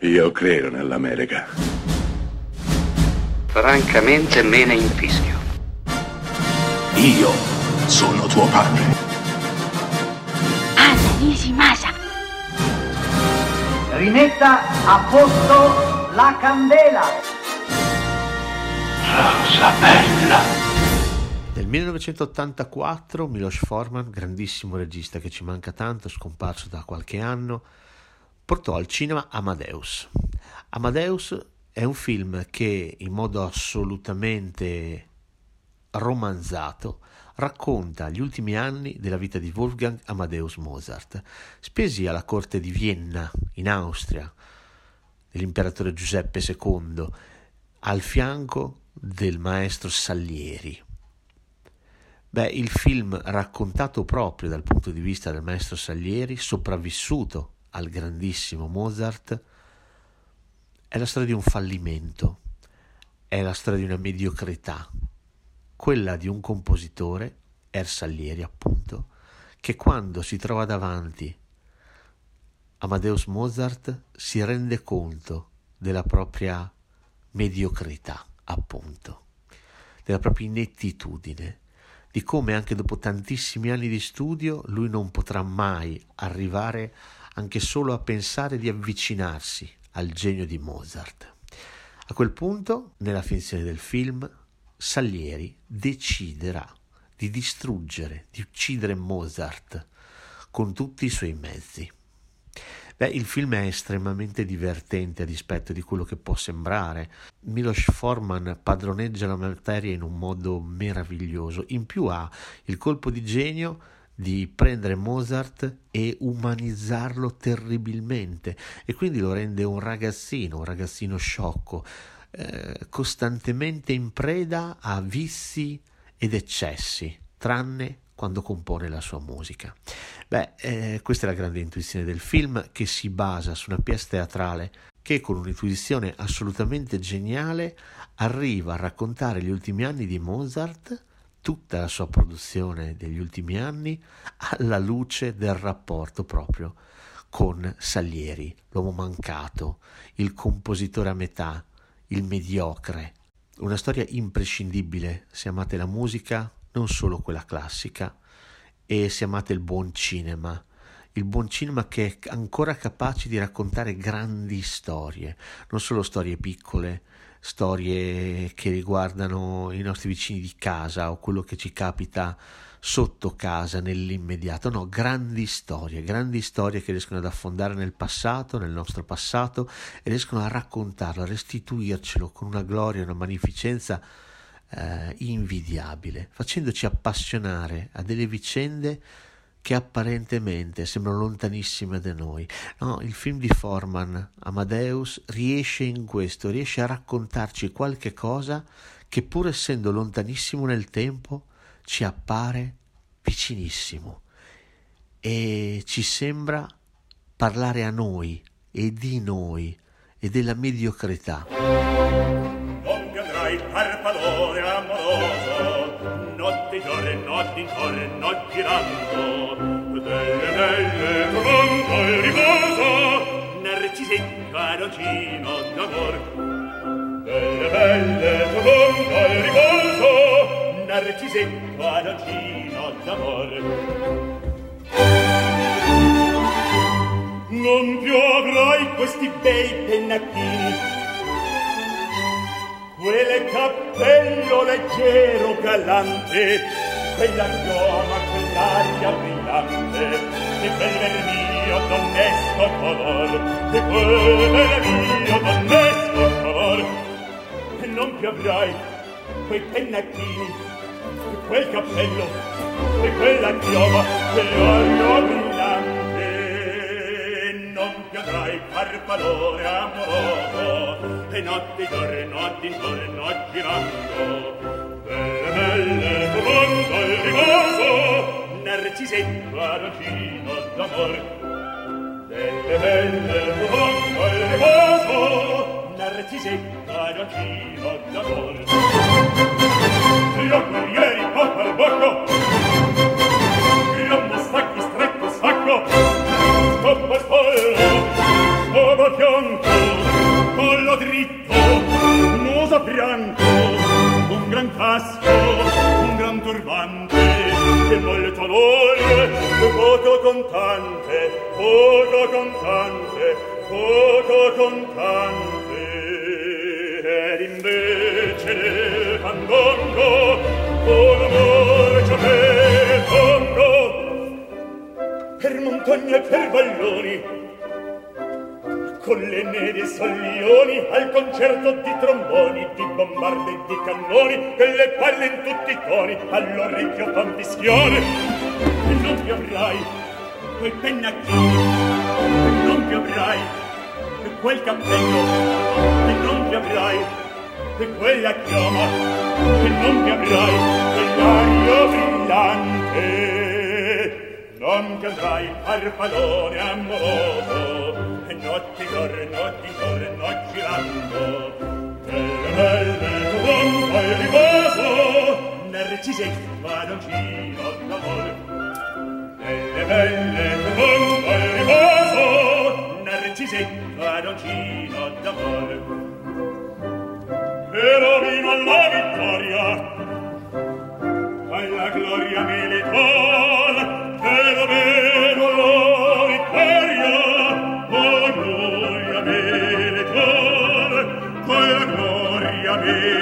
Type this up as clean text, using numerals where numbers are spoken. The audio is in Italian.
Io credo nell'America. Francamente me ne infischio. Io sono tuo padre. Anna Nishimasa. Rimetta a posto la candela. Rosa bella. Nel 1984 Miloš Forman, grandissimo regista che ci manca tanto, scomparso da qualche anno, portò al cinema Amadeus. Amadeus è un film che in modo assolutamente romanzato racconta gli ultimi anni della vita di Wolfgang Amadeus Mozart, spesi alla corte di Vienna, in Austria, dell'imperatore Giuseppe II, al fianco del maestro Salieri. Il film raccontato proprio dal punto di vista del maestro Salieri, sopravvissuto al grandissimo Mozart, è la storia di un fallimento, è la storia di una mediocrità, quella di un compositore, Salieri appunto, che quando si trova davanti Amadeus Mozart si rende conto della propria mediocrità, appunto, della propria inettitudine, di come anche dopo tantissimi anni di studio lui non potrà mai arrivare anche solo a pensare di avvicinarsi al genio di Mozart. A quel punto, nella finzione del film, Salieri deciderà di distruggere, di uccidere Mozart con tutti i suoi mezzi. Il film è estremamente divertente a dispetto di quello che può sembrare. Miloš Forman padroneggia la materia in un modo meraviglioso. In più ha il colpo di genio di prendere Mozart e umanizzarlo terribilmente, e quindi lo rende un ragazzino sciocco, costantemente in preda a vizi ed eccessi, tranne quando compone la sua musica. Questa è la grande intuizione del film, che si basa su una pièce teatrale che con un'intuizione assolutamente geniale arriva a raccontare gli ultimi anni di Mozart, tutta la sua produzione degli ultimi anni, alla luce del rapporto proprio con Salieri, l'uomo mancato, il compositore a metà, il mediocre. Una storia imprescindibile se amate la musica, non solo quella classica, e se amate il buon cinema che è ancora capace di raccontare grandi storie, non solo storie piccole, storie che riguardano i nostri vicini di casa o quello che ci capita sotto casa nell'immediato, no, grandi storie che riescono ad affondare nel passato, nel nostro passato, e riescono a raccontarlo, a restituircelo con una gloria, una magnificenza invidiabile, facendoci appassionare a delle vicende che apparentemente sembrano lontanissime da noi. No, il film di Forman, Amadeus, riesce in questo, riesce a raccontarci qualche cosa che, pur essendo lontanissimo nel tempo, ci appare vicinissimo e ci sembra parlare a noi e di noi e della mediocrità. Non mi andrai per valore amoroso, notte giorno girando, delle belle trovando il riposo, narcisetto carocino d'amor. Delle belle trovando il riposo, narcisetto carocino d'amor. Non più avrai questi bei pennacchini, quel cappello leggero galante, quella chioma, quell'aria brillante, e quel vermiglia donnesco color, e quel vermiglia donnesco color. E non più avrai quei pennacchini, quel cappello, e quella chioma, quell'aria brillante. Non più avrai far valore amoroso, e notte giorno girando, belle belle trovando il riposo, narcisetto carocino d'amor. Delle belle trovando il riposo, narcisetto carocino d'amor. Io ieri ho al bocco, io mostacchi stretto sacco, scoppa spollo, scoppa fianco, pronto, collo dritto, muso bianco, un gran casco, un gran turbante, e molto onore, poco contante, poco contante, poco contante. Ed invece del fangongo, con amore c'è il Congo, per montagne e per valloni, con le nevi e soglioni, al concerto di tromboni, di bombarde e di cannoni, che le palle in tutti i toni, all'orecchio fan fischione. E non più avrai quel pennacchino, e non più avrai quel cappello, e non più avrai quella chioma, e non più avrai quell'aria brillante. Non più avrai farfallone amoroso, e notti giorno girando, delle belle tromba e riposo, narcise baroncino d'amor. Delle belle tromba e riposo, narcise baroncino d'amor. Però vino alla vittoria, alla gloria militar, però vino alla vittoria, alla gloria militar, alla gloria militar.